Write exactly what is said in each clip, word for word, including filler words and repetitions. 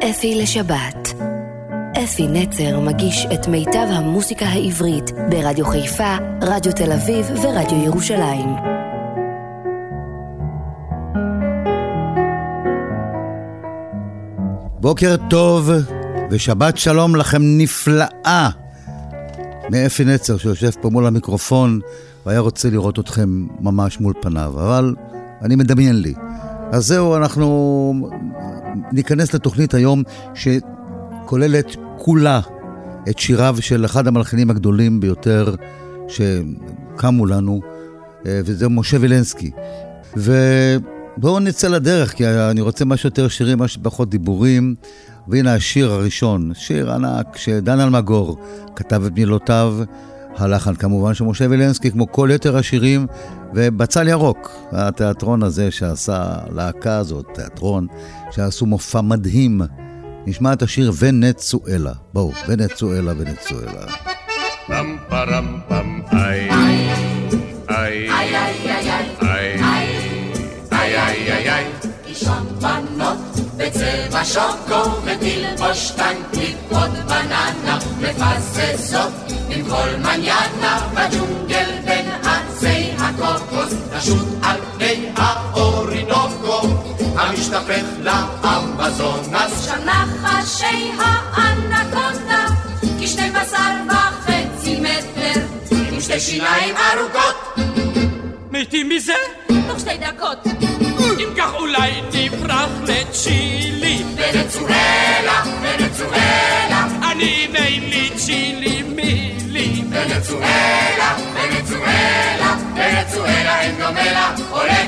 אפי לשבת. אפי נצר מגיש את מיטב המוסיקה העברית ברדיו חיפה, רדיו תל אביב ורדיו ירושלים. בוקר טוב ושבת שלום לכם נפלאה מאפי נצר שיושב פה מול המיקרופון והיה רוצה לראות אתכם ממש מול פניו, אבל אני מדמיין לי. אז זהו, אנחנו ניכנס לתוכנית היום שכוללת כולה את שיריו של אחד המלחינים הגדולים ביותר שקמו לנו, וזה משה וילנסקי. ובואו נצא לדרך, כי אני רוצה משהו יותר שירים, משהו פחות דיבורים. והנה השיר הראשון, שיר ענק שדן אלמגור כתב את מילותיו, הלחן כמובן של משה וילנסקי, כמו כל יתר השירים, ובצל ירוק, התיאטרון הזה שעשה, להקה הזאת, תיאטרון, שעשו מופע מדהים. נשמע את השיר ונצואלה. בואו, ונצואלה, ונצואלה. פם פרם פם איי איי איי איי איי איי איי איי אישון בנות בצבע שוקו ותלבוש טנק עוד בננה מפססות עם כל מניאנה בג'ונגל בין עצי הקוקוס נשוט על פני האורינוקו המשתפך לאמזונס שם נחשי האנקונדה כשני בשר וחצי מטר עם שתי שיניים ארוכות. מתים מזה? תוך שתי דקות. אם כך אולי נברח לצ'ילי, ונצואלה, ונצואלה, אני אין לי צ'ילי מילי. ונצואלה, ונצואלה, ונצואלה אין דומה לה, עולה.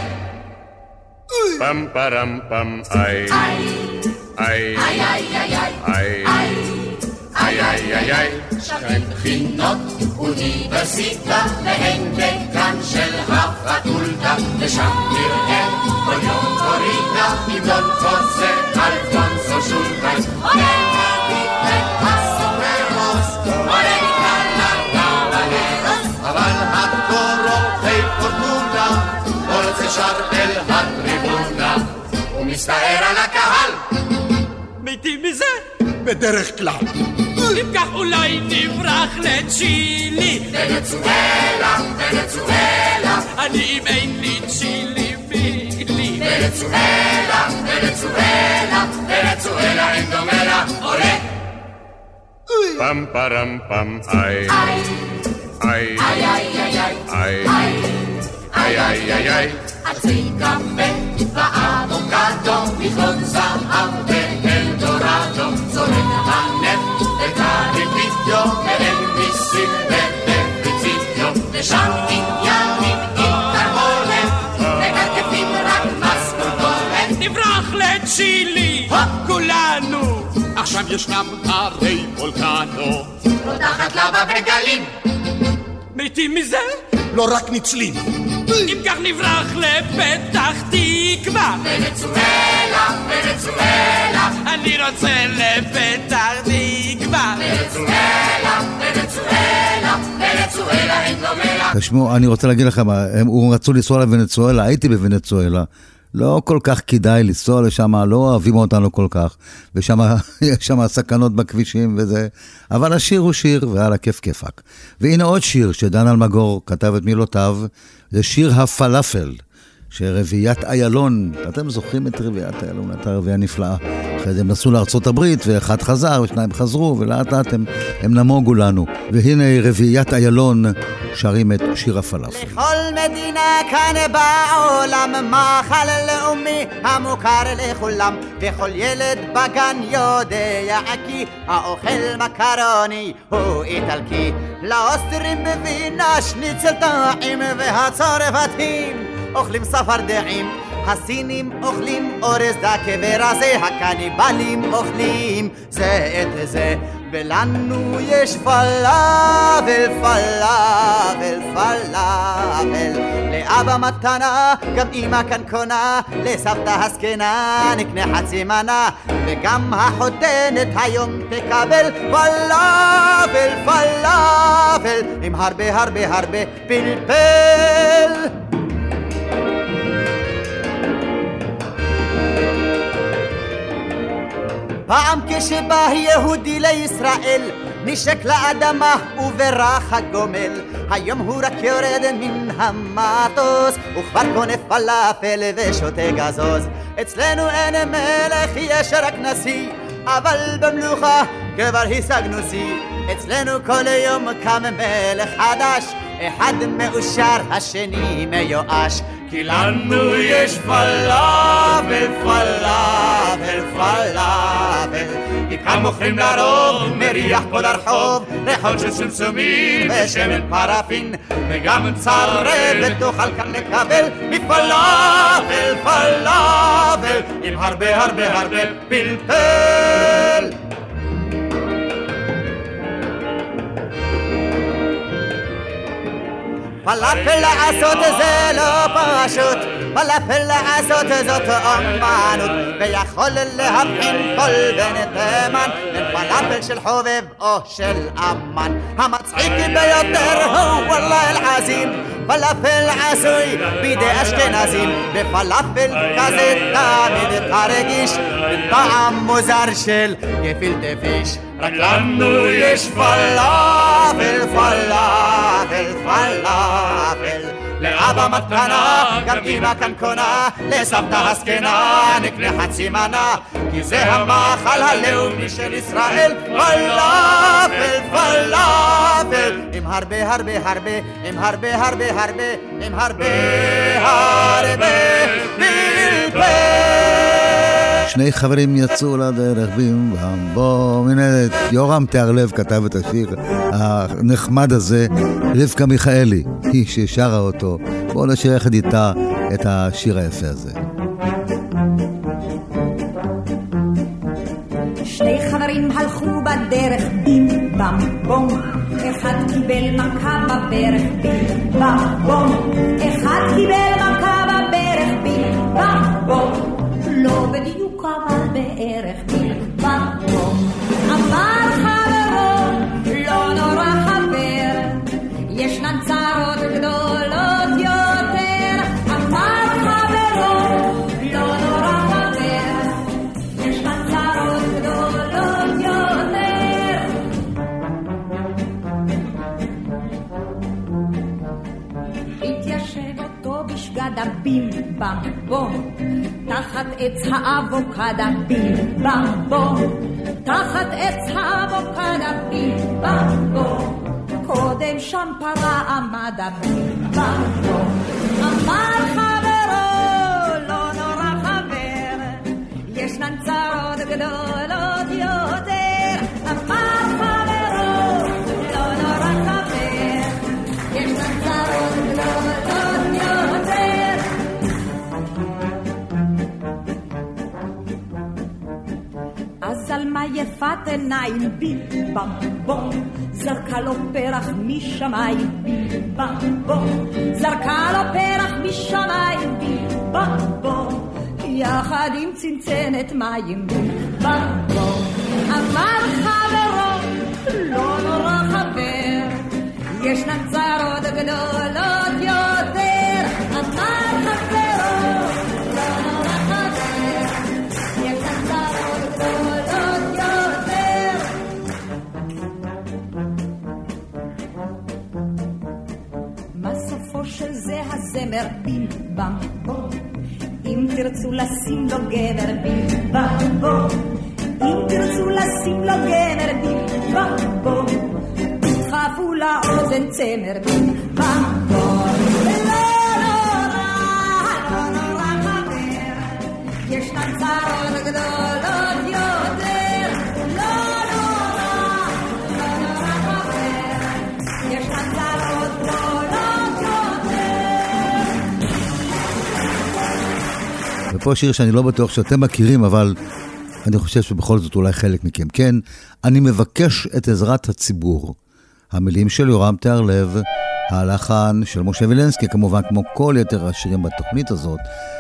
פם פרם פם איי איי איי איי איי איי איי איי שכן בחינות אוניברסיטה והן דקן של הפקולטה ושם נראה כל יום קוריטה עם דון חוסה אלפונסו שולטייס נראה את הסומרוס עולה ניתן לגבלרוס אבל הקורוחי פורטונה רוצה שר אל הטריבונה ומסתער על הקהל. מתים מזה? בדרך כלל. אם כך אולי נברח לצ'ילי, ונצואלה, ונצואלה, אני אין לי צ'ילי מילי. ונצואלה, ונצואלה, ונצואלה אין דומה לה, עולה. פם פרם פם איי איי איי איי איי איי איי איי עצי קפה ואבוקדו מכלון זהב ואלדורדו זורק הנפט וקריפיטיו ואין מיסים ופריציטיו ושם עניינים עם תרמולת וקרקפים רק מסקורדולת. נברח לצ'ילי כולנו, עכשיו ישנם הרי וולקנו רותחת לבה בגלים. מתים מזה? לא רק ניצלים. אם כך נברח לפתח תקווה, ונצואלה, ונצואלה, אני רוצה לפתח תקווה. ונצואלה, ונצואלה, ונצואלה אין דומה לה. תשמעו, אני רוצה להגיד לכם, הם רצו לנסוע לוונצואלה, הייתי בוונצואלה, לא כל כך כדאי לנסוע לשם, לא אוהבים אותנו כל כך, ושם יש שם סכנות בכבישים וזה, אבל השיר הוא שיר, ועל הכיף כיפק. והנה עוד שיר שדן אלמגור כתב את מילותיו, זה שיר הפלאפל, שרביית איילון, אתם זוכרים את רביית איילון, הייתה רבייה נפלאה, אחרי זה הם נסעו לארצות הברית, ואחד חזר, ושניים חזרו, ולאט לאט הם, הם נמוגו לנו. והנה רביית איילון שרים את שיר הפלאפל. לכל מדינה כאן בעולם מאכל לאומי המוכר לכולם, וכל ילד בגן יודע כי האוכל מקרוני הוא איטלקי. לאוסטרים בווינה שניצל טעים והצרפתים אוכלים ספרדעים, הסינים אוכלים אורז דקה ורזה, הקניבלים אוכלים זה את זה, ולנו יש פלאפל, פלאפל, פלאפל. לאבא מתנה, גם אמא כאן קונה, לסבתא הסקנה נקנה חצי מנה, וגם החותנת היום תקבל פלאפל, פלאפל, עם הרבה הרבה הרבה פלפל. פעם כשבא יהודי לישראל נשק לאדמה וברח הגומל, היום הוא רק יורד מן המטוס וכבר קונה פלאפל ושותה גזוז. אצלנו אין מלך, יש רק נשיא, אבל במלוכה כבר השגנו שיא. אצלנו כל יום קם מלך חדש, אחד מאושר השני מיואש. כי לנו יש פלאפל, פלאפל, פלאפל, כי כאן מוכרים לרוב, מריח כל הרחוב, ריחות של סומסומים ושמן פרפין, וגם צרבת תוכל כאן לקבל מפלאפל, פלאפל, עם הרבה הרבה הרבה פלפל. פלאפל לעשות זה לא פשוט, פלאפל לעשות זאת אומנות, ויכול להבחין כל בן תימן בין פלאפל של חובב או של אמן. המצחיק ביותר הוא וואלה אל-עזים, פלאפל עשוי בידי אשכנזים, בפלאפל כזה תמיד תרגיש בטעם מוזר של גפילטע פיש. רק לנו יש פלאפל, פלאפל, פלאפל, לאבא מתנה, גם אמא כאן קונה, לסבתא הזקנה נקנה חצי מנה, כי זה המאכל הלאומי של ישראל. פלאפל, פלאפל, עם הרבה הרבה הרבה, עם הרבה הרבה הרבה, עם הרבה הרבה פלפל. שני חברים יצאו לדרך בים בם בום. הנה יורם תיארלב כתב את השיר הנחמד הזה, רבקה מיכאלי היא ששרה אותו. בואו נשאר יחד איתה את השיר היפה הזה. שני חברים הלכו בדרך בים בם בום, אחד קיבל מכה בברך בים בם בום, אחד קיבל מכה בברך בים בם בום, לא בדיוק אבל בערך בים בם בום. אמר חברו לא נורא חבר, ישנן צרות גדולות יותר. אמר חברו לא נורא חבר, ישנן צרות גדולות יותר. התיישב אותו בשגד הבים בם בום, תחת עץ האבוקדה בים בם בום, תחת עץ האבוקדה בים בם בום, קודם שם פרה עמדה בים בם בום. אמר חברו לא נורא חבר, ישנן צרות גדולות יותר. אמר חברו לא נורא חבר, ישנן צרות גדולות יותר. אז על מה יפת עיניים בים בם בום, זרקה לו פרח משמיים בים בם בום, זרקה לו פרח משמיים בים בם בום, יחד עם צנצנת מים בים בם בום. אמר חברו לא נורא חבר, ישנן צרות גדולות יותר. אמר חברו לא נורא חבר, ישנן צרות גדולות יותר. מה סופו של זה הזמר בים בם בום, אם תרצו לשים לו גבר בים בם בום, אם תרצו לשים לו גבר בים בם בום, תדחפו לאוזן צמר בים בם בום. ולא נורא, לא נורא חבר, ישנן צרות גדולות יותר. לא נורא, לא נורא חבר, ישנן צרות גדולות יותר. ופה שיר שאני לא בטוח שאתם מכירים, אבל אני חושב שבכל זאת אולי חלק מכם כן. אני מבקש את עזרת הציבור. המילים של יורם תיארלב, הלחן של משה וילנסקי, כמובן כמו כל יתר השירים בתוכנית הזאת,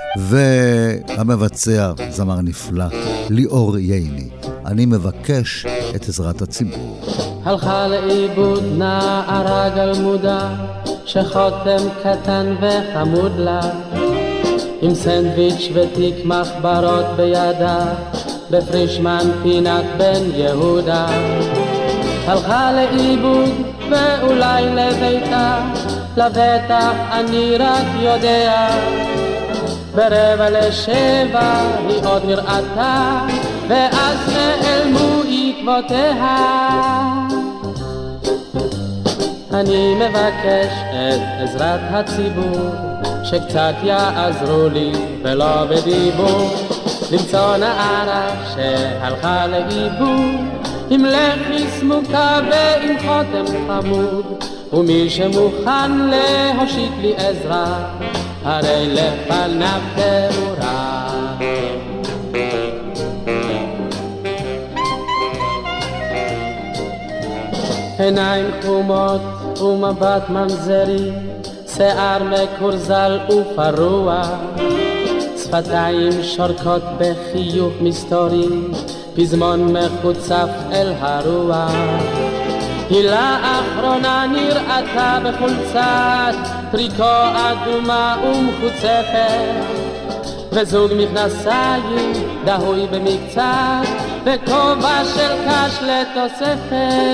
והמבצע זמר נפלא, ליאור ייני. אני מבקש את עזרת הציבור. הלכה לאיבוד נערה גלמודה, שחותם קטן וחמוד לה, עם סנדוויץ' ותיק מחברות בידה, בפרישמן פינת בן יהודה. הלכה לאיבוד ואולי לביתה, לבטח אני רק יודע. ברבע לשבע היא עוד נראתה, ואז נעלמו עקבותיה. אני מבקש את עזרת הציבור, שקצת יעזרו לי ולא בדיבור, למצוא נערה שהלכה לאיבוד, עם לחי סמוקה ועם חותם חמוד, ומי שמוכן להושיט לי עזרה, הרי לפניו תאורה. עיניים חומות ומבט ממזרי, שיער מקורזל ופרוע, שפתיים שורקות בחיוך מסתורי, פזמון מחוצף אל הרוח. היא לאחרונה נראתה בחולצת טריקו אדומה ומחוצפת, וזוג מכנסיים דהוי במקצת, וכובע של קש לתוספת.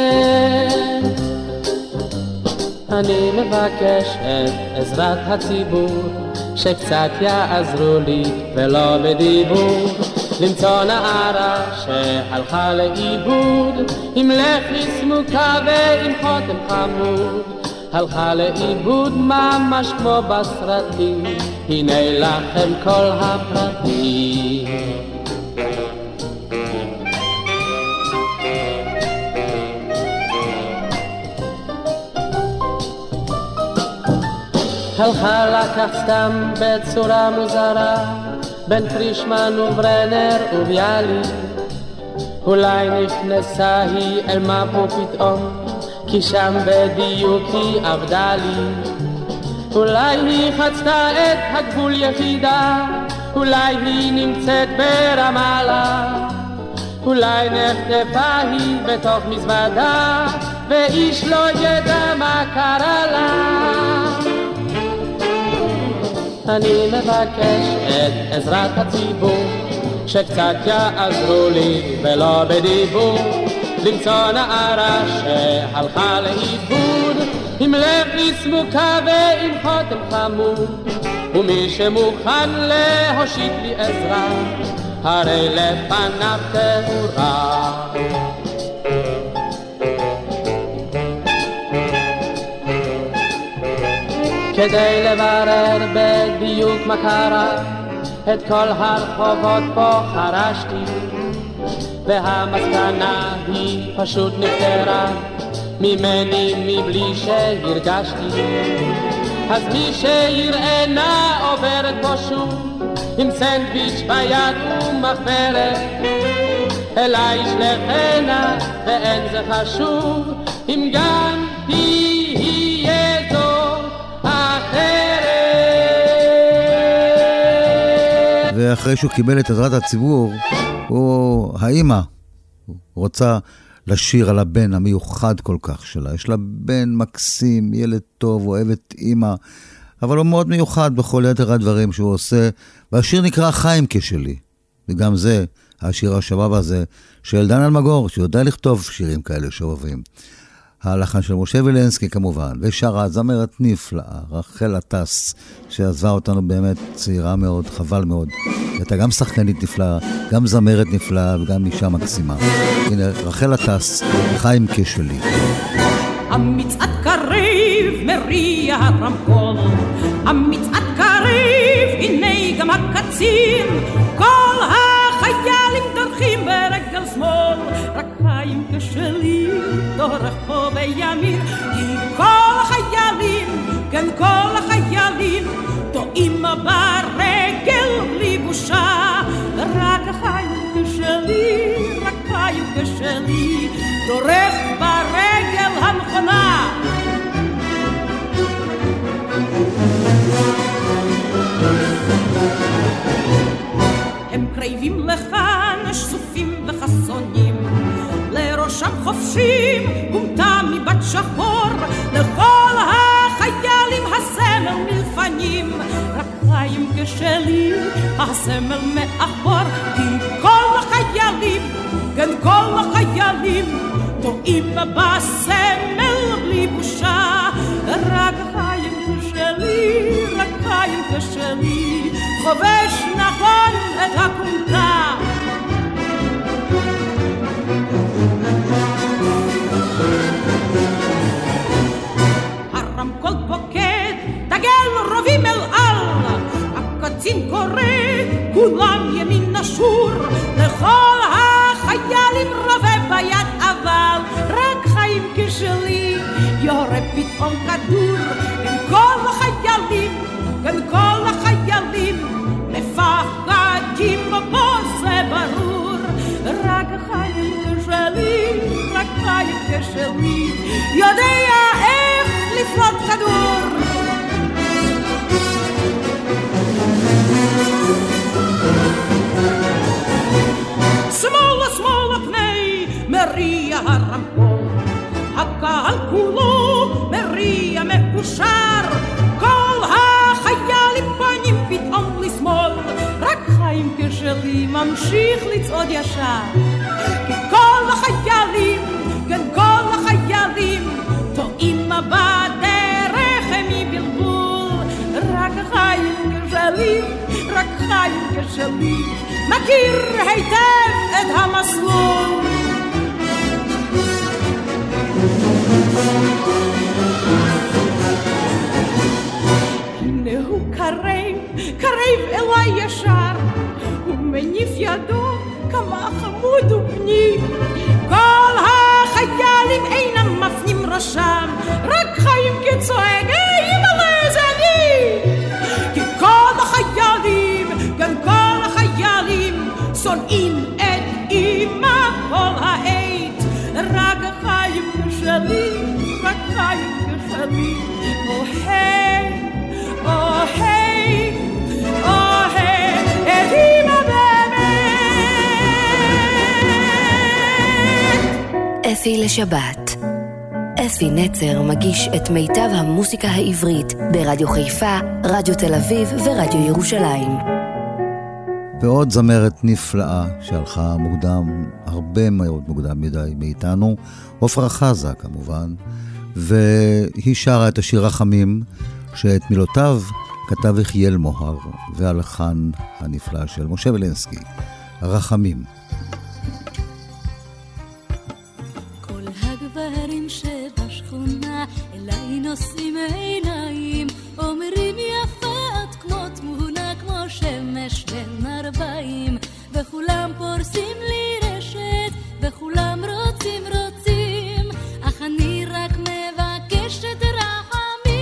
אני מבקש את עזרת הציבור, שקצת יעזרו לי ולא בדיבור, למצוא נערה שהלכה לאיבוד, עם לחי סמוקה ועם חותם חמוד, הלכה לאיבוד ממש כמו בסרטים, הנה לכם כל הפרטים. הלכה לקח סתם בצורה מוזרה, בין פרישמן וברנר וביאלי, אולי נכנסה היא אל מבו פתאום, כי שם בדיוק היא עבדה לי. אולי היא חצתה את הגבול יחידה, אולי היא נמצאת ברמאללה, אולי נחטפה היא בתוך מזוודה, ואיש לא ידע מה קרה לה. אני מבקש את עזרת הציבור, שקצת יעזרו לי ולא בדיבור, למצוא נערה שהלכה לאיבוד, עם לחי סמוקה ועם חותם חמוד, ומי שמוכן להושיט לי עזרה, הרי לפניו תאורה. כדי לברר בדיוק מה קרה, את כל הרחובות פה חרשתי, והמסקנה היא פשוט נפטרה ממני מבלי שהרגשתי. אז מי שיראה נא עוברת פה שוב, עם סנדוויץ' ביד ומחברת, אליי ישלחנה ואין זה חשוב, אם גם תהיה זו אחרת. ואחרי שהוא קיבל את עזרת הציבור, הוא, האמא רוצה לשיר על הבן המיוחד כל כך שלה. יש לה בן מקסים, ילד טוב, אוהב את אמא, אבל הוא מאוד מיוחד בכל יתר הדברים שהוא עושה, והשיר נקרא חיים כשלי, וגם זה, השיר השבב הזה, של דן אלמגור, שיודע לכתוב שירים כאלה שאוהבים. הלחן של משה וילנסקי כמובן, ושרה זמרת נפלאה, רחל עטס, שעזבה אותנו באמת צעירה מאוד, חבל מאוד. הייתה גם שחקנית נפלאה, גם זמרת נפלאה, וגם אישה מקסימה. הנה, רחל עטס, חיים כשלי. המצעד קריב מריע הרמקול, המצעד קריב, הנה גם הקצין, כל החיילים דורכים ברגל שמאל, רק חיים כשלי דורך פה בימין, כי כל החיילים, כן כל החיילים, טועים ברגל בלי בושה, רק חיים כשלי, רק חיים כשלי, דורך ברגל הנכונה. הם קרבים לכאן שסופים וחסונים, לראשם חופשים גומתה מבת שחור, לכל החיילים הסמל מלפנים, רק חיים כשלי הסמל מאחור, כי כל החיילים כן כל החיילים טועים בסמל בלי בושה, רק חיים שלי, רק חיים שלי, חובש נכון את הכומתה. הרמקול פוקד, דגל רובים אל על, הקצין קורא, כולם ימין נשור, לכל החיילים רובה ביד, אבל רק חיים כשלי, יורה פתאום כדור, בין כל החיילים, בין כל החיילים, מפחדים בו זה ברור, רק חיים כשלי, רק חיים כשלי, יודע איך לפלוט כדור. שמאלה שמאלה פני מריע הרמקול, הקהל כולו מריע מאושר, כל החיילים פנים פתאום לשמאל, רק חיים כשלי ממשיך לצעוד ישר, כי כל החיילים, כן כל החיילים טועים בדרך מבלבול, רק חיים כשלי, רק חיים כשלי מכיר היטב את המסלול. הנה הוא קרב, קרב אליי ישר, הוא מניף ידו כמה חמוד ובני, כל החיילים אינם מפנים ראשם, רק חיים כצועק, היי אמא'לה זה אני, כי כל החיילים, גם כל החיילים שונאים את אמא כל העת, רק החיים כשלי, רק חיים כשלי, אוהב, אוהב, אוהב את אמא באמת. אפי לשבת. אפי נצר מגיש את מיטב המוסיקה העברית ברדיו חיפה, רדיו תל אביב ורדיו ירושלים. ועוד זמרת נפלאה שהלכה מוקדם, הרבה מאוד מוקדם מדי מאיתנו, עופרה חזה כמובן, והיא שרה את השיר רחמים, שאת מילותיו כתב יחיאל מוהר, והלחן הנפלא של משה וילנסקי, רחמים. כל הגברים שבשכונה אליי נושאים עיניים, אומרים יפה את כמו תמונה, כמו שמש בין ארבעים, וכולם פורסים לי רשת, וכולם רוצים רוצים, אך אני רק מבקשת רחמים,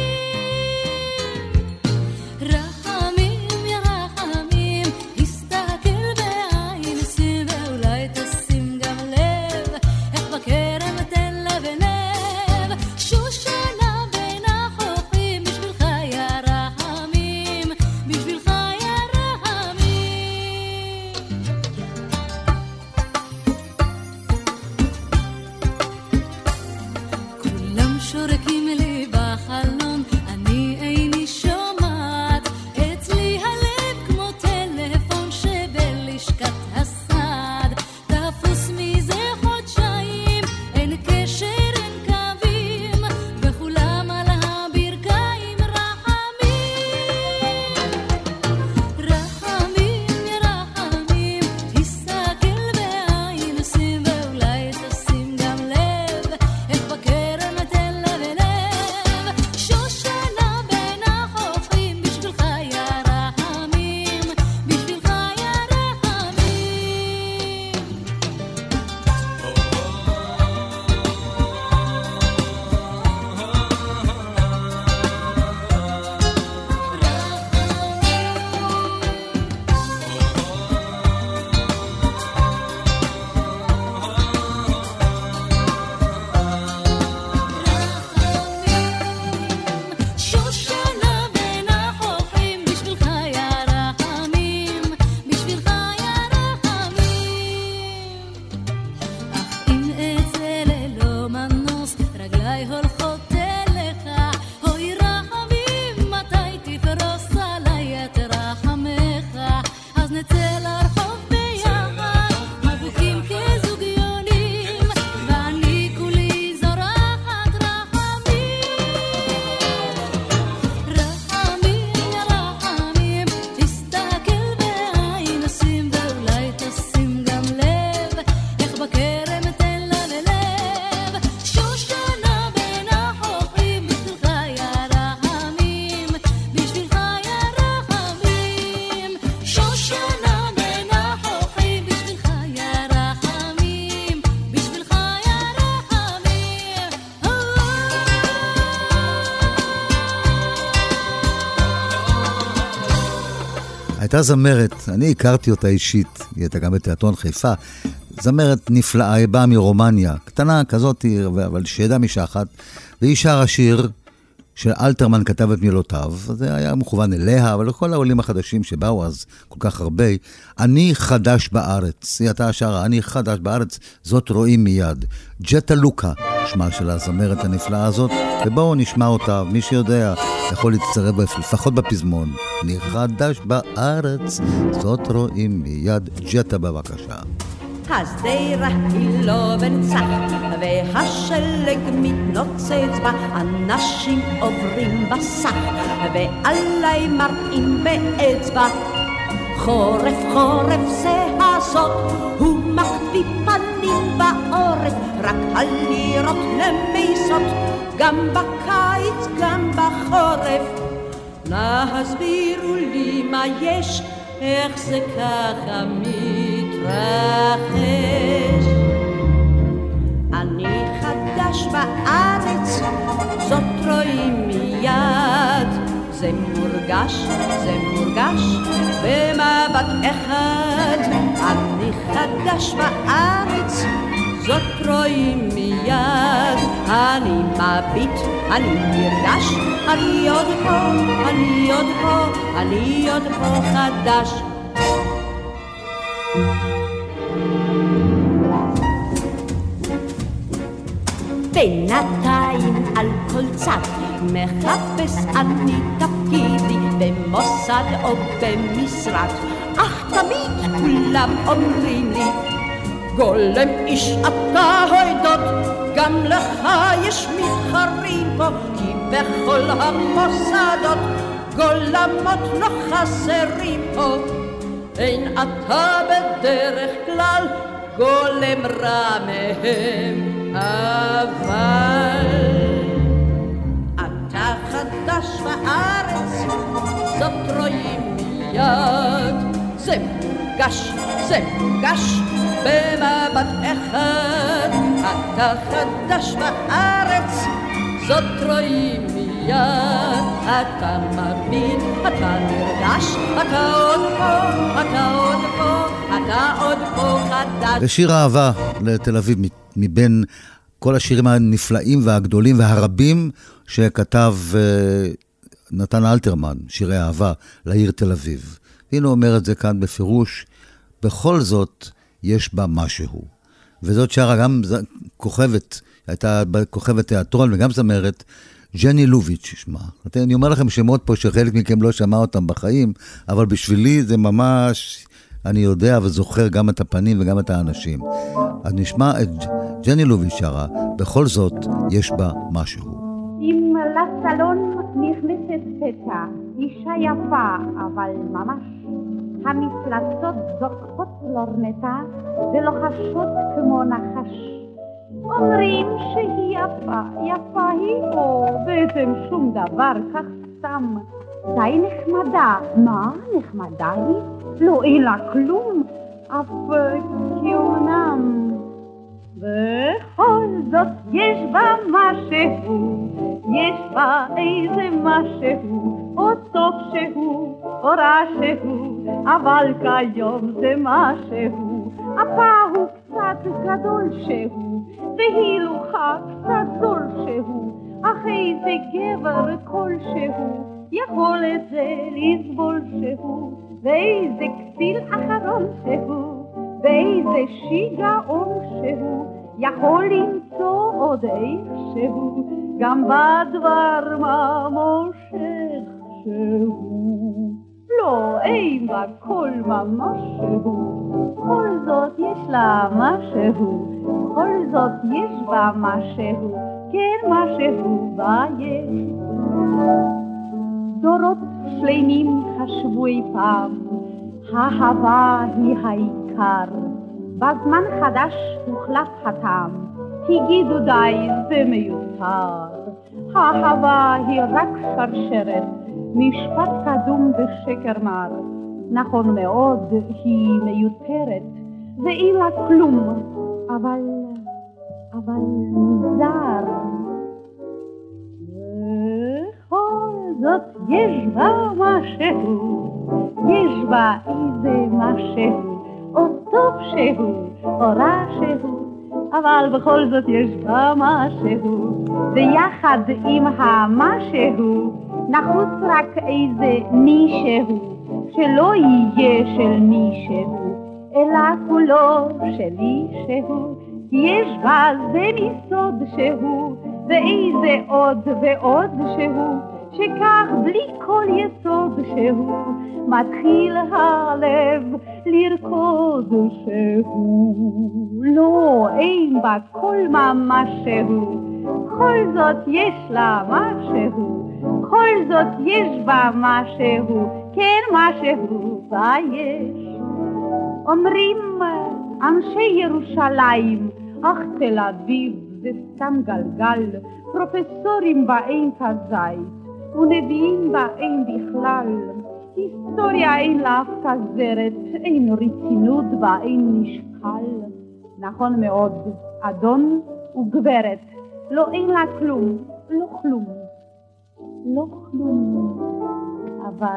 רחמים יא רחמים, הסתכל בעין שים, ואולי תשים גם לב, איך בכרם תן לבנב, שושנה בין החופים, בשבילך יא רחמים, בשבילך יא רחמים. הייתה זמרת, אני הכרתי אותה אישית, היא הייתה גם בתיאטרון חיפה, זמרת נפלאה, היא באה מרומניה, קטנה כזאת, אבל שידעה משחת, והיא שרה שיר שאלתרמן כתב את מילותיו, זה היה מכוון אליה, אבל לכל העולים החדשים שבאו אז כל כך הרבה, אני חדש בארץ, היא הייתה שרה, אני חדש בארץ, זאת רואים מיד. ג'טה לוקה, שמה של הזמרת הנפלאה הזאת, ובואו נשמע אותה, מי שיודע, יכול להצטרף לפחות בפזמון. אני חדש בארץ, זאת רואים מיד. ג'טה בבקשה. השדרה היא לא בנצח והשלג מתנוצץ בה, אנשים עוברים בסך ועליי מראים באצבע. חורף חורף זה הזאת, הוא מחביא פנים בעורף, רק הלירות למיסות, גם בקיץ גם בחורף. נא הסבירו לי מה יש, איך זה ככה מתרחש. אני חדש בארץ, זאת רואים מיד, זה מורגש, זה מורגש במבט אחד. אני חדש בארץ, זאת רואים מיד, אני מביט, אני נרגש, אני עוד פה, אני עוד פה, אני עוד פה חדש. בינתיים על כל צד מחפש אני תפקידי במוסד או במשרד, אך תמיד כולם אומרים לי, גולם איש אתה הוידות, גם לך יש מתחרים פה, כי בכל המוסדות גולמות לא חסרים פה. אין אתה בדרך כלל גולם רע מהם, אבל אתה חדש בארץ, זאת רואים מיד, זה מורגש, זה מורגש במבט אחד. אתה חדש בארץ, זאת רואים מיד, אתה מבין, אתה נרגש, אתה עוד פה, אתה עוד פה, אתה עוד פה חדש. ושיר אהבה לתל אביב, מבין כל השירים הנפלאים והגדולים והרבים שכתב נתן אלתרמן, שירי אהבה לעיר תל אביב. הנה אומר את זה כאן בפירוש, בכל זאת יש בה משהו. וזאת שרה גם כוכבת, הייתה כוכבת תיאטרון וגם זמרת, ג'ני לוביץ' שמה. אני אומר לכם שמות פה שחלק מכם לא שמע אותם בחיים, אבל בשבילי זה ממש, אני יודע וזוכר גם את הפנים וגם את האנשים. אז נשמע את ג'ני לוביץ' שרה, בכל זאת יש בה משהו. אם לסלון נכנסת פתע, אישה יפה אבל ממש, המפלצות זוקפות לורנטה ולוחשות כמו נחש. אומרים שהיא יפה, יפה היא, או בעצם שום דבר, כך סתם. די נחמדה. מה נחמדה היא? לא אין לה כלום, אף כהונם. בכל זאת יש בה משהו, יש בה איזה משהו, או טוב שהוא, או רע שהוא, אבל כיום זה משהו. אפה הוא קצת גדול שהוא, והילוכה קצת זול שהוא, אך איזה גבר כלשהו יכול את זה לסבול שהוא, ואיזה כסיל אחרון שהוא, ואיזה שיגעון שהוא יכול למצוא עוד איכשהו, גם בדבר מה מושך שהוא. לא, אין בה כל ממש שהוא, כל זאת יש לה משהו, כל זאת יש בה משהו, כן משהו בה יש. דורות שלמים חשבו אי פעם, האהבה היא העיקר, בזמן חדש הוחלף הטעם, תגידו די זה מיותר. האהבה היא רק שרשרת, משפט קדום ושקר מר, נכון מאוד היא מיותרת, ואין לה כלום, אבל, אבל מוזר. בכל זאת יש בה משהו, יש בה איזה משהו, או טוב שהוא, או רע שהוא, אבל בכל זאת יש בה משהו, ויחד עם המשהו נחוץ רק איזה מישהו, שלא יהיה של מישהו, אלא כולו שלי שהוא, כי יש בה זה מסוד שהוא, ואיזה עוד ועוד שהוא, שכך בלי כל יסוד שהוא, מתחיל הלב לרקוד שהוא. לא, אין בה כל ממש שהוא, כל זאת יש לה משהו, כל זאת יש בה משהו, כן משהו בה יש. אומרים אנשי ירושלים, אך תל אביב זה סתם גלגל, פרופסורים בה אין כזית, ונביאים בה אין בכלל, היסטוריה אין לה אף כזרת, אין רצינות בה, אין משקל. נכון מאוד, אדון וגברת, לא אין לה כלום, לא כלום, לא כלום, אבל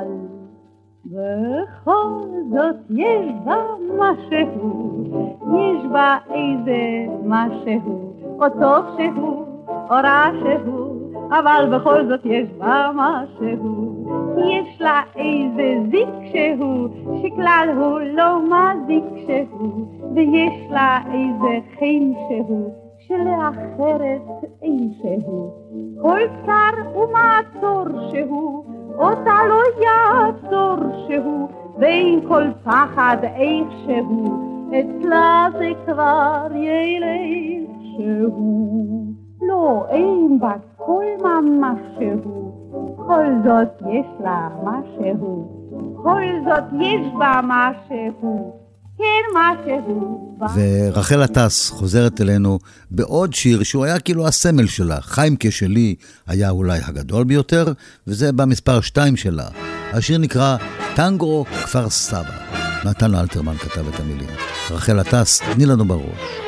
בכל זאת יש בה משהו, יש בה איזה משהו, או טוב שהוא, או רע שהוא, אבל בכל זאת יש בה משהו, יש לה איזה זיק שהוא, שכלל הוא לא מזיק שהוא, ויש לה איזה חן שהוא, שלאחרת אין שהוא, כל צר ומעצור שהוא, אותה לא יעצור שהוא, ואין כל פחד איך שהוא, אצלה זה כבר ילך שהוא. לא, אין בה כל ממש שהוא, כל זאת יש לה משהו, כל זאת יש בה משהו, כן משהו. ורחל עטס חוזרת אלינו בעוד שיר שהוא היה כאילו הסמל שלה. חיימקה שלי היה אולי הגדול ביותר, וזה במספר שתיים שלה. השיר נקרא טנגו כפר סבא. נתן אלתרמן כתב את המילים. רחל עטס, תני לנו בראש.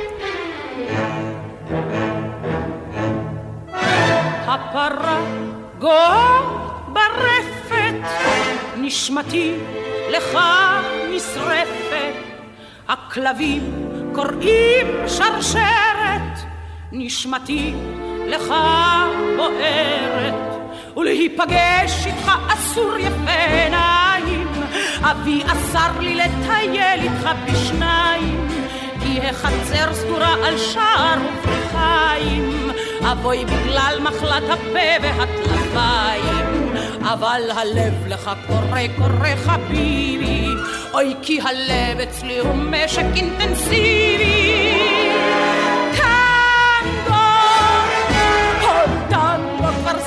הפרה גואה ברפת, נשמתי לך נשרפת, הכלבים קוראים שרשרת, נשמתי לך בוערת, ולהיפגש איתך אסור יפה עיניים, אבי אסר לי לטייל איתך בשניים, כי החצר סגורה על שער ופרחיים, אבוי בגלל מחלת הפה והטלפיים, אבל הלב לך קורא קורא חביבי, אוי כי הלב אצלי הוא משק אינטנסיבי. טנגו, או טנגו כפר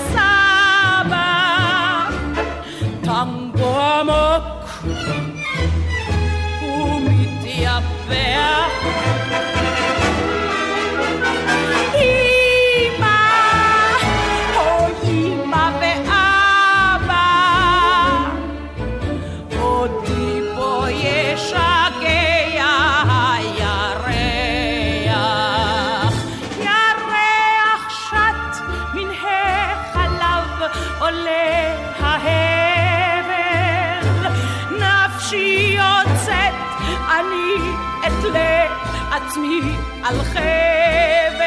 סבא, טנגו עמוק ומתייבע, לעצמי על חבל.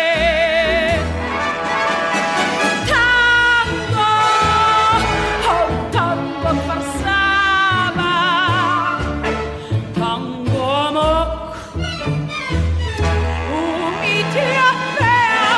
טנגו, הו טנגו כפר סבא, טנגו עמוק ומתייפח,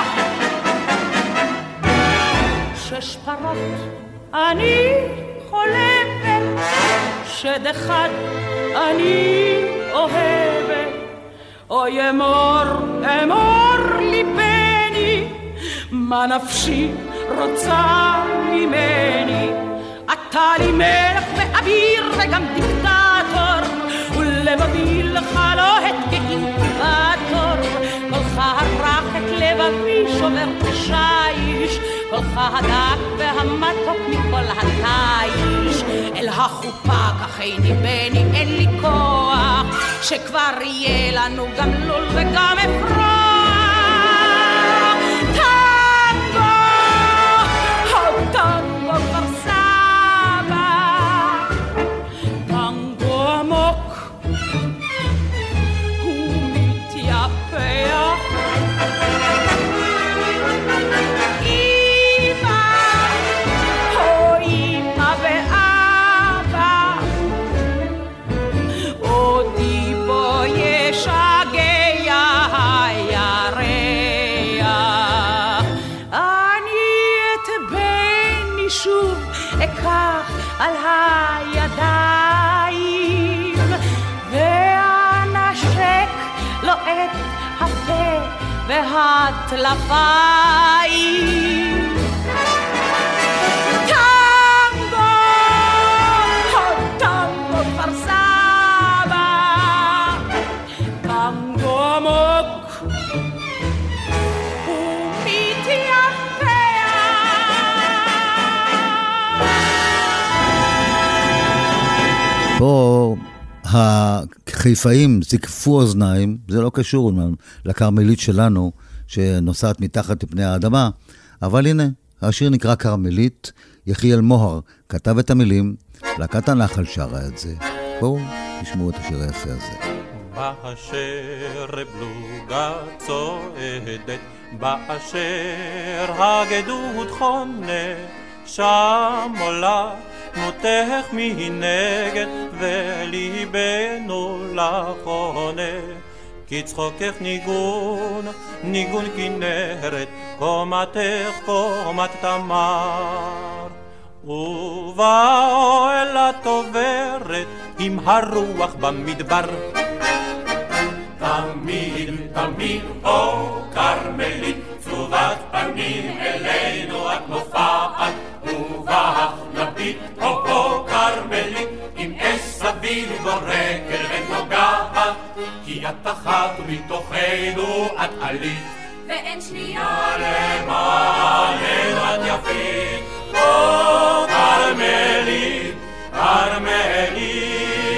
שש פרות אני חולבת, שד אחד אני אוהבת, אוי אמור, אמור ליבני, מה נפשי רוצה ממני, אתה לי מלך ואביר וגם דיקטטור, ולבבי לך לוהט כאינקובטור, קולך הרך את לבבי שובר תשיש, קולך הדק והמתוק מכל התיש, אל החופה כחייני בני אין לי כוח, שכבר יהיה לנו גם לול וגם אפרוח. טנגו, הו טנגו כפר סבא, טנגו על הידיים ואנשק לו את הפה והטלפיים. טנגו, טנגו כפר סבא, טנגו עמוק פה החיפאים זיקפו אוזניים, זה לא קשור לקרמלית שלנו שנוסעת מתחת לפני האדמה, אבל הנה, השיר נקרא קרמלית, יחיאל מוהר כתב את המילים, להקת הנחל שרה את זה. בואו תשמעו את השיר היפה הזה. באשר בלוגה צועדת, באשר הגדוד חונה, שם עולה מותך מנגד וליבנו לחונה, כי צחוקך ניגון, ניגון כנרת, קומתך קומת תמר. ובאוהל התוברת עם הרוח במדבר, תמיד תמיד או קרמלית, צובת פנים אלינו את מופעת, ובך נביט או או קרמלית, עם אש סביב בורקת ונוגעת, כי את אחת מתוכנו את עלית, ואין שנייה למעננו את יפית, או קרמלית, קרמלית.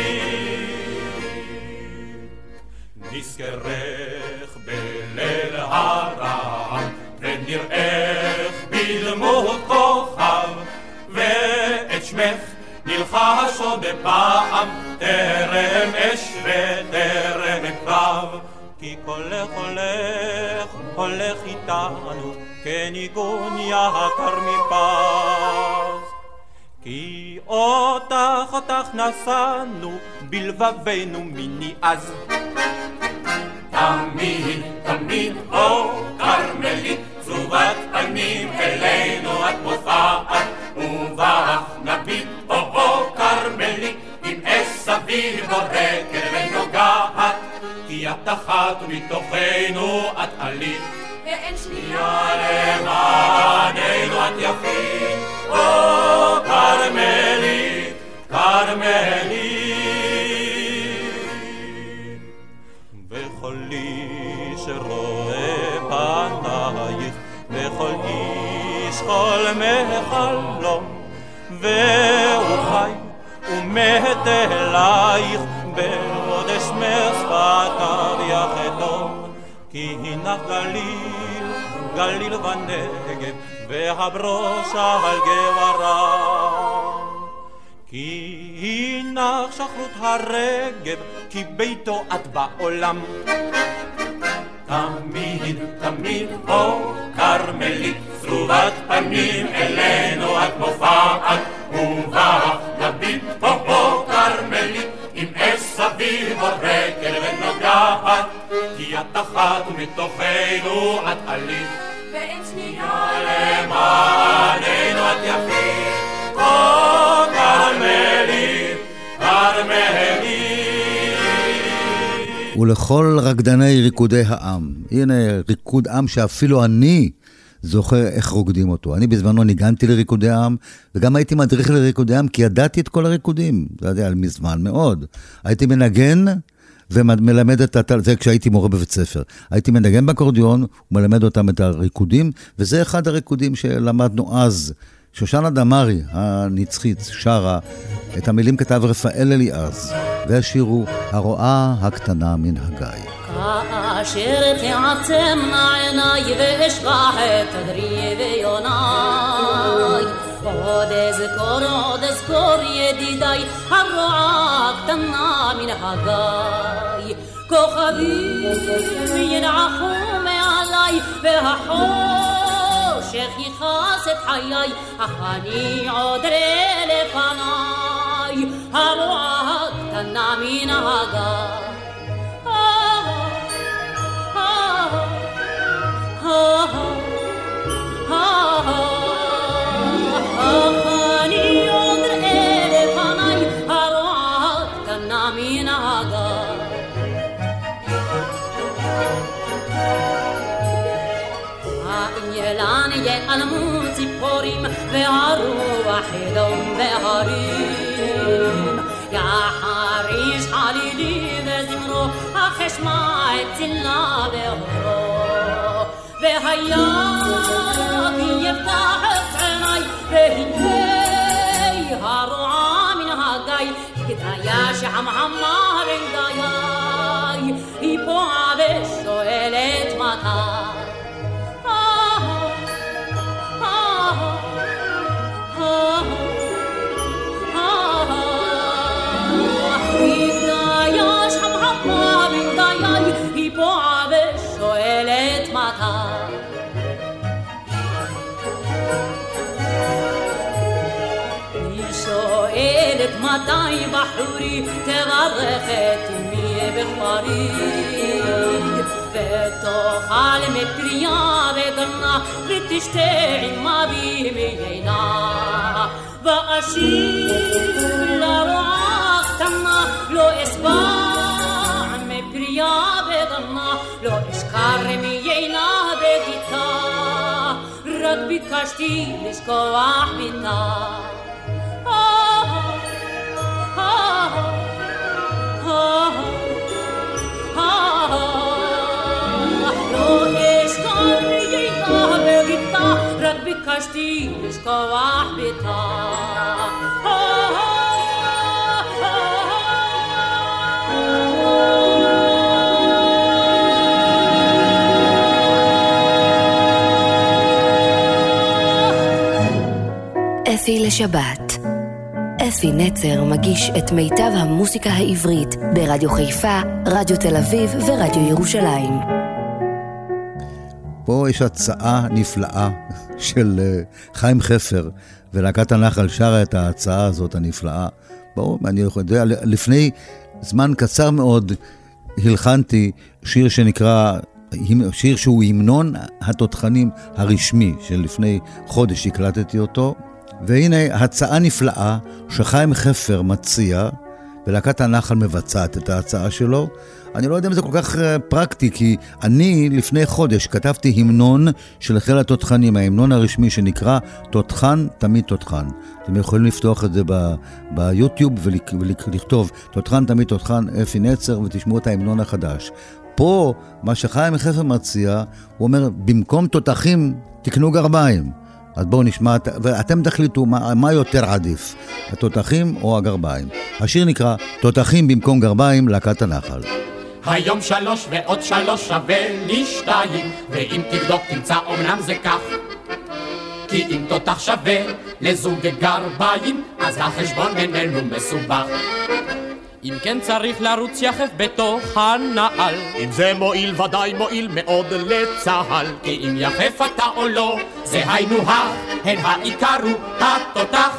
נזכרך בליל הרעב, ונראך בדמות כוכב, ואת שמך נלחש עוד פעם, טרם אש וטרם קרב, כי קולך הולך, הולך איתנו, כניגון יקר מפז. כי אותך, אותך נשאנו, בלבבנו מיני אז. תמיד, תמיד, או קרמלית, צובת פנים אלינו את מופעת, ובך נביט, או או קרמלית, עם אש סביב בורקת ונוגעת, כי את אחת מתוכנו את עלית, ואין שנייה למעננו את יפית, או קרמלית, קרמלית. וכל איש רואה פנייך, וכל איש חולמי חלום, והוא חי ומת אלייך, בעוד אשמר שפתיו יחתום, כי הנך גליל, גליל ונגב, והברוש על גברה. כי הנך שחרות הרגב, כי ביתו את בעולם. תמיד, תמיד, או קרמלית, צרובת פנים אלינו את מופעת, ובך נביט, או או קרמלית, עם אש סביב בורקת ונוגעת, כי את אחת מתוכנו את עלית, ואין שנייה למעננו את יפית, או קרמלית, קרמלית. ולכל רקדני ריקודי העם, הנה ריקוד עם שאפילו אני זוכר איך רוקדים אותו. אני בזמנו ניגנתי לריקודי העם, וגם הייתי מדריך לריקודי העם, כי ידעתי את כל הריקודים, זה יודע, על מזמן מאוד. הייתי מנגן ומלמד את זה כשהייתי מורה בבית ספר. הייתי מנגן באקורדיון ומלמד אותם את הריקודים, וזה אחד הריקודים שלמדנו אז. שושנה דמארי הנצחית שרה, את המילים כתב רפאל אליעז, והשירו הרואה הקטנה מן הגיא. כאשר תעצמנה עיניי ואשכח את תדרי ויוניי, עוד אזכור, עוד אזכור ידידיי, הרואה הקטנה מן הגיא. כוכבים ינעחו מעליי והחושך יכעס את חיי, אך אני עוד ראה לפניי, הרואה הקטנה מן הגיא. אני עוד ראה ייעלמו ציפורים והרוח ידום בהרים יחריש חלילי וזמרו אך אשמע את צלה באורו והיה כי יפתח את עיניי והנה הרועה מן הגיא כדאיה שחמחמה בין דיי היא פועה ושואלת מתי היא פועה ושואלת מתי היא שואלת מתי בחורי תברך את אמי בכפרי ותאכל מפריה וגנה ותשתה עם אבי מיינה ואשיב לרועה קטנה לא אסבע פריה וגנה לא אשכר מיינה בגיטה רק ביקשתי לשכוח ביתה לא אשכר מיינה בגיטה רק ביקשתי לשכוח ביתה אפי לשבת. אפי נצר מגיש את מיטב המוסיקה העברית ברדיו חיפה, רדיו תל אביב ורדיו ירושלים. פה יש הצעה נפלאה של חיים חפר, ולהקת הנחל שרה את ההצעה הזאת הנפלאה. בואו, אני יודע, לפני זמן קצר מאוד הלחנתי שיר שנקרא, שיר שהוא המנון התותחנים הרשמי, שלפני חודש הקלטתי אותו, והנה הצעה נפלאה שחיים חפר מציע, ולהקת הנחל מבצעת את ההצעה שלו. אני לא יודע אם זה כל כך פרקטי, כי אני לפני חודש כתבתי המנון של חיל התותחנים, ההמנון הרשמי שנקרא תותחן תמיד תותחן. אתם יכולים לפתוח את זה ב- ביוטיוב ולכתוב תותחן תמיד תותחן אפי נצר ותשמעו את ההמנון החדש. פה מה שחיים חפר מציע, הוא אומר במקום תותחים תקנו גרביים. אז בואו נשמע, ואתם תחליטו מה, מה יותר עדיף, התותחים או הגרביים. השיר נקרא תותחים במקום גרביים, להקת הנחל. היום שלוש ועוד שלוש שווה לי שתיים, ואם תבדוק תמצא אומנם זה כך, כי אם תותח שווה לזוג גרביים, אז החשבון בינינו מסובך. אם כן צריך לרוץ יחף בתוך הנעל, אם זה מועיל ודאי מועיל מאוד לצהל, כי אם יחף אתה או לא זה היינו הך, הן העיקר הוא התותח.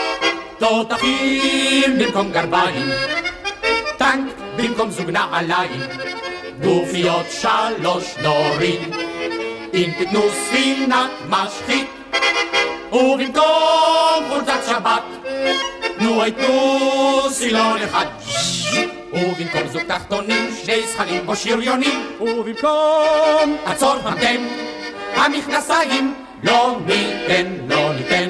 תותחים במקום גרביים, טנק במקום זוג נעליים, גופיות שלוש דורים, אם תתנו ספינת משחית, ובמקום חולצת שבת תנו היתנו סילון אחד, ובמקום זוג תחתונים שני זכלים או שריונים, ובמקום עצור המתן המכנסיים לא ניתן, לא ניתן.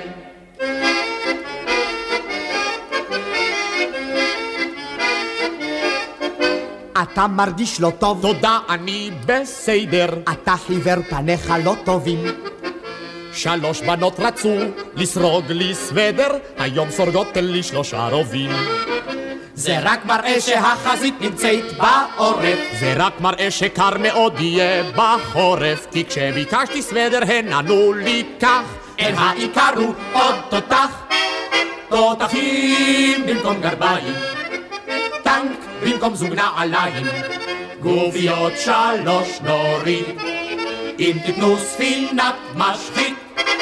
אתה מרגיש לא טוב? תודה, אני בסדר. אתה חיוור, פניך לא טובים. שלוש בנות רצו לסרוג לי סוודר, היום סורגות לי שלושה רובים. זה רק מראה שהחזית נמצאת בעורף, זה רק מראה שקר מאוד יהיה בחורף, כי כשביקשתי סוודר הן ענו לי כך, אין העיקר הוא עוד תותח. תותחים במקום גרביים, טנק במקום זוג נעליים, גופיות שלוש נוריד, אם תתנו ספינת משחית,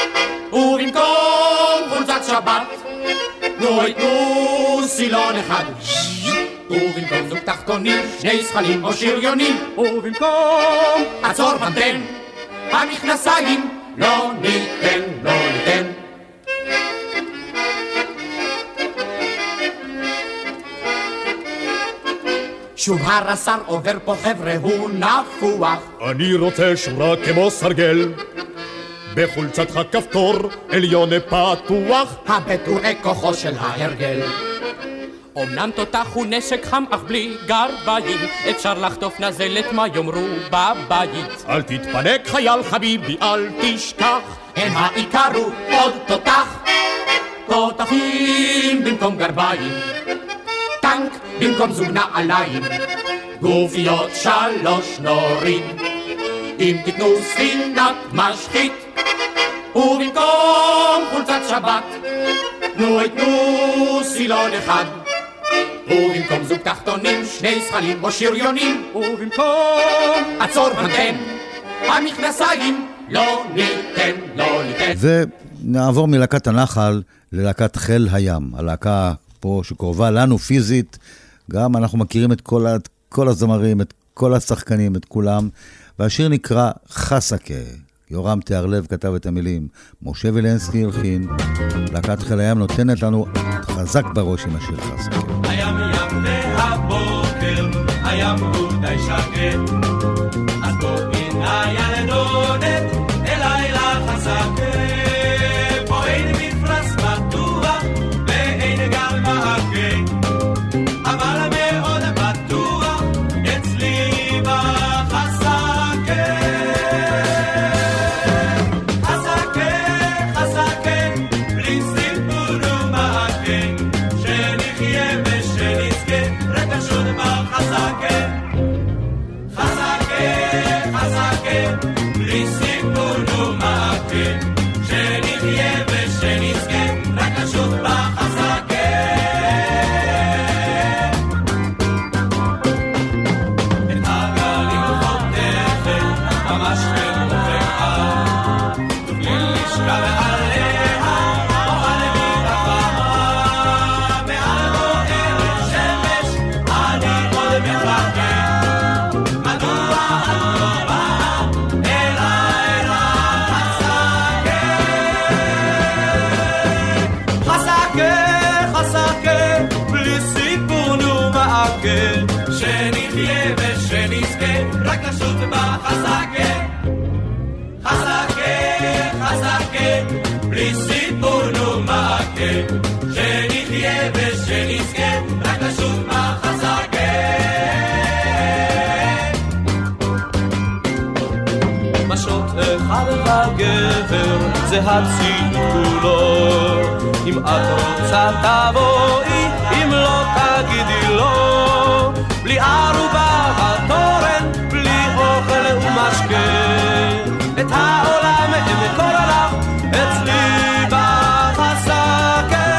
ובמקום חולצת שבת תנו יתנו סילון אחד, ובמקום זוג תחתונים שני זכלים או שריונים, ובמקום עצור בנתן המכנסיים לא ניתן, לא ניתן. שוב הרס"ר עובר פה חבר'ה הוא נפוח, אני רוצה שורה כמו סרגל, בחולצתך כפתור עליון פתוח, הבטורי כוחו של ההרגל. אמנם תותח הוא נשק חם אך בלי גרביים, אפשר לחטוף נזלת מה יאמרו בבית. אל תתפנק חייל חביבי אל תשכח, הן העיקר הוא עוד תותח. תותחים במקום גרביים, טנק במקום זוג נעליים, גופיות שלוש נורים, אם תתנו ספינת משחית, ובמקום חולצת שבת תנו תנו סילון אחד, ובמקום זוג תחתונים שני זחלים או שריונים, ובמקום עצור הנתן המכנסיים לא ניתן, לא ניתן. ונעבור מלהקת הנחל ללהקת חיל הים, הלהקה פה שקרובה לנו פיזית, גם אנחנו מכירים את כל, את כל הזמרים, את כל השחקנים, את כולם, והשיר נקרא חסקה. יורם תיארלב כתב את המילים, משה וילנסקי הלחין, להקת חיל הים נותנת לנו חזק בראש עם השיר חסקה. הים ים והבוקר, הים הוא די שקט, אז בואי נא ילדונת, אליי לחסקה, פה אין מפרש בטוח, ואין גל מעקה, אבל מאוד בטוח, אצלי בחסקה. חסקה, חסקה, בלי סיפור ומעקה, שנחיה ושנזכה, רק פשוט בחסקה. חסקה, חסקה, בלי סיפור ומעקה, שנחיה ושנזכה, רק פשוט בחסקה. את הגלים חותכת, ממש חרוכת, תוכלי לשכב עליה, או על ביטחון, מעל בוערת שמש, אני עוד מחכה. מדוע את לא באה אליי לחסקה? חסקה, חסקה, בלי סיפור ומעקה, שנחיה ושנזכה, רק לשוט בחסקה. חסקה, חסקה, בלי סיפור ומעקה, שנחיה ושנזכה, רק לשוט בחסקה. משות אחד וגבר זה הציוד כולו, אם את רוצה תבואי, אם לא תגידי לא, בלי ערובה בתורן, בלי אוכל ומשקה, את העולם אמכור לך אצלי בחסקה.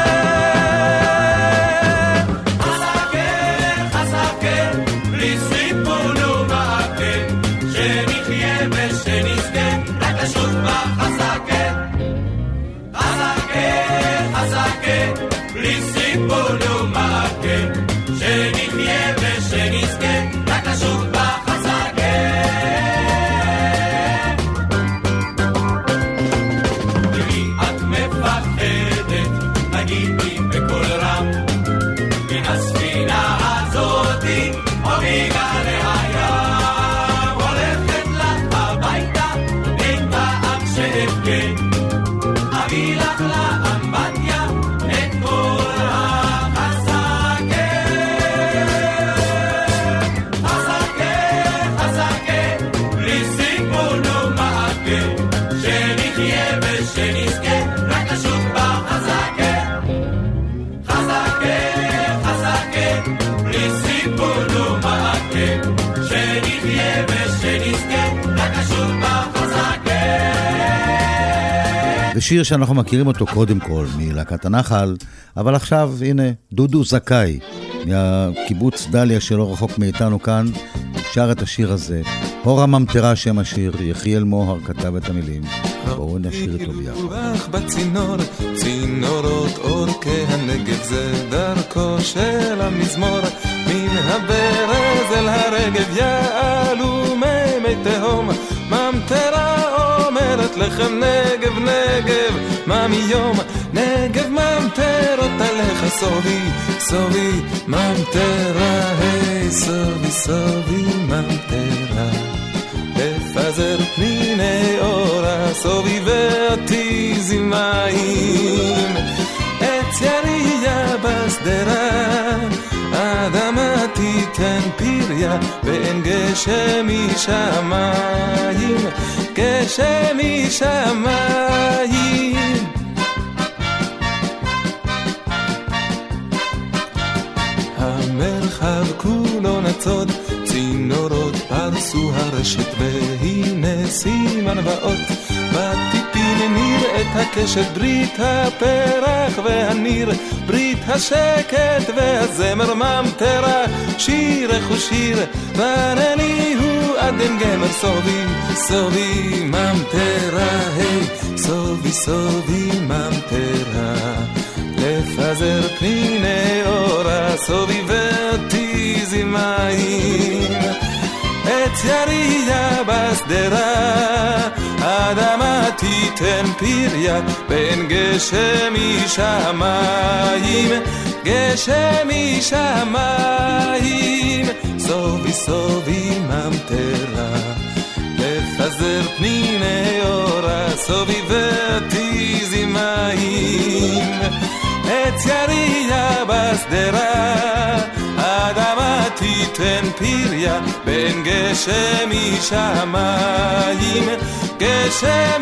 חסקה, חסקה, בלי סיפור ומעקה, שנחיה ושנזכה, רק לשוט בחסקה. חסקה, חסקה, בלי סיפור ומעקה, שנחיה ושנזכה, רק לשוט בחסקה. למי את מפחדת, תגידי בקול רם, מן הספינה הזאתי, או מגלי הים, הולכת לך הביתה, אין טעם שאבכה, אביא לך לאמבטיה, את כל החסקה. חסקה, חסקה, בלי סיפור ומעקה, שנחיה ושנזכה, רק לשוט בחסקה. חסקה, חסקה, בלי סיפור ומעקה, שנחיה ושנזכה, רק לשוט בחסקה. זה שיר שאנחנו מכירים אותו קודם כל מלהקת הנחל, אבל עכשיו הנה דודו זכאי מהקיבוץ דליה שלא רחוק מאיתנו כאן, שר את השיר הזה. הורה ממטרה שם השיר, יחיאל מוהר כתב את המילים, בואו נשיר איתו ביחד. בצינור, צינורות אורכי הנגב, זה דרכו של המזמור, מן הברז אל הרגב יעלו מי תהום, ממטרה אומרת לכם נגב נגב, מה מיום נגב ממטרות עליך סובי סובי ממטרה, היי סובי סובי ממטרה, לפזר פניני אורה סובי ו זמאים את יריה בשדרה אדמה תיתן פריה ואין גשם משמיים גשם משמיים המרחב כולו נצוד צינורות פרסו הרשת והנה סימן ואות בטיפין נראה את הקשת ברית הפרח והניר ברית השקט והזמר ממטרה שירך ושיר וענני הוא עדן גמר סובי סובי ממטרה היי סובי סובי ממטרה לפזר פניני אורה סוביבתי זמאים את יריה בשדרה אדמה תיתן פריה בין גשם משמיים גשם משמיים סובי סובי ממטרה לפזר פניני אורה סוביבתי זמאים את יריה בשדרה אדמה תיתן פריה בין גשם משמיים גשם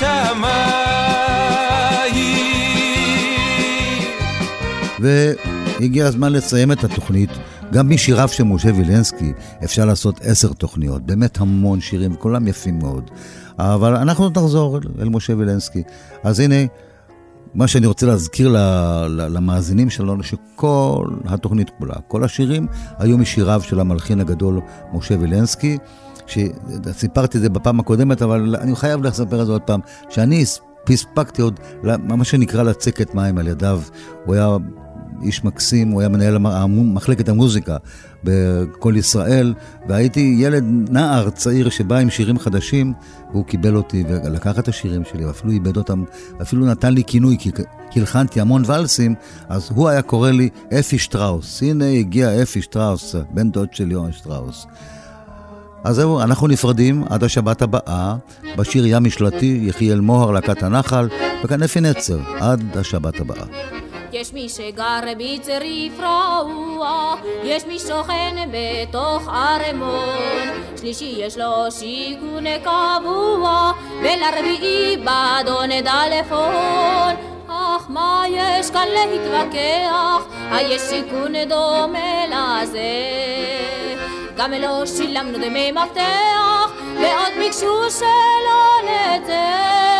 משמיים. והגיע הזמן לסיים את התוכנית. גם משיריו של משה וילנסקי אפשר לעשות עשר תוכניות, באמת המון שירים, כולם יפים מאוד, אבל אנחנו נחזור אל משה וילנסקי. אז הנה מה שאני רוצה להזכיר למאזינים שלנו, שכל התוכנית כולה, כל השירים היו משיריו של המלחין הגדול משה וילנסקי, שסיפרתי את זה בפעם הקודמת, אבל אני חייב לספר את זה עוד פעם, שאני הספקתי עוד, מה שנקרא לצקת מים על ידיו. הוא היה איש מקסים, הוא היה מנהל מחלקת המוזיקה בכל ישראל, והייתי ילד נער צעיר שבא עם שירים חדשים, והוא קיבל אותי ולקח את השירים שלי, ואפילו איבד אותם, אפילו נתן לי כינוי, כי הלחנתי המון ולסים, אז הוא היה קורא לי אפי שטראוס. הנה הגיע אפי שטראוס, בן דוד של יוהן שטראוס. אז זהו, אנחנו נפרדים עד השבת הבאה, בשיר ים משלתי, יחיאל מוהר, להקת הנחל, וכאן אפי נצר, עד השבת הבאה. יש מי שגר בצריף רעוע, יש מי שוכן בתוך ערמון, שלישי יש לו שיכון קבוע, ולרביעי באדון דלפון. אך מה יש כאן להתווכח, היש שיכון דומה לזה, גם לא שילמנו דמי מפתח, ועוד ביקשו שלא נצא.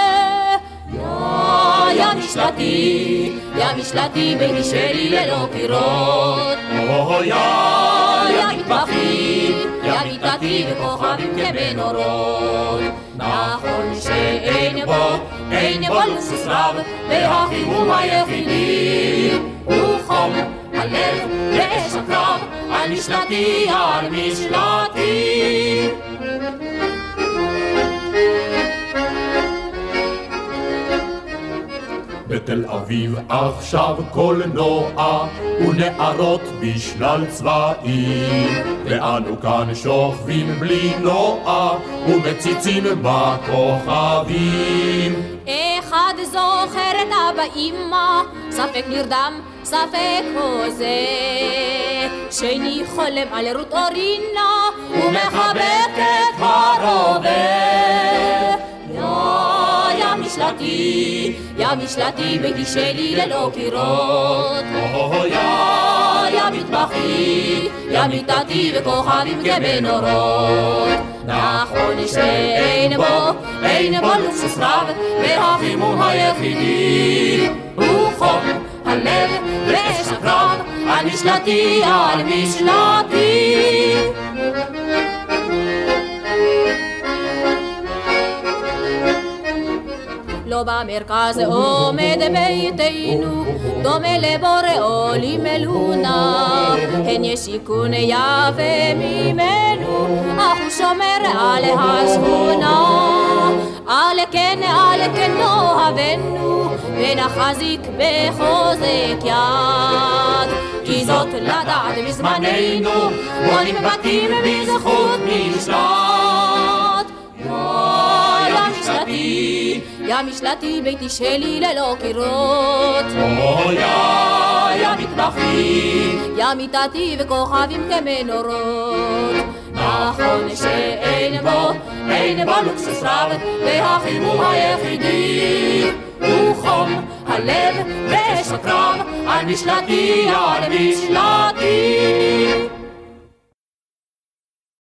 יא משלתי, יא משלתי ביתי שלי ללא קירות, יא מטבחים, יא מיטתי וכוכבים כמנורות. נכון שאין בו, אין בו לוסוס רב, והחימום היחידי הוא חום הלב ואש הקרב, על משלתי, על משלתי. בתל אביב עכשיו קולנוע ונערות בשלל צבעים, ואנו כאן שוכבים בלי נוע ומציצים בכוכבים. אחד זוכר את אבא אמא, ספק נרדם, ספק הוזה, שני חולם על רות אורינה ומחבק את הרובה. יא משלתי, יא משלתי ביתי שלי ללא קירות, יא מטבחי, יא מיטתי וכוכבים כמנורות. נכון שאין בו, אין בו לוקסוס רב, והחימום היחידי הוא חום הלב ואש הקרב, על משלתי, על משלתי. לא במרכז עומד ביתנו, דומה לבורא לימלונה, הן יש שיכון יפה ממנו, אך הוא שומר על השכונה. על כן, על כן נאהבנו, ונחזיק בחוזק יד, כי זאת לדעת בזמננו, בונים בתים בזכות משלט. יא משלתי, יא משלתי ביתי שלי ללא קירות. אוי יא מטבחי, יא מיטתי וכוכבים כמנורות. נכון שאין בו, אין בו לוקסוס רב, והחימום היחידי הוא חום הלב ושקרב על משלתי, על משלתי.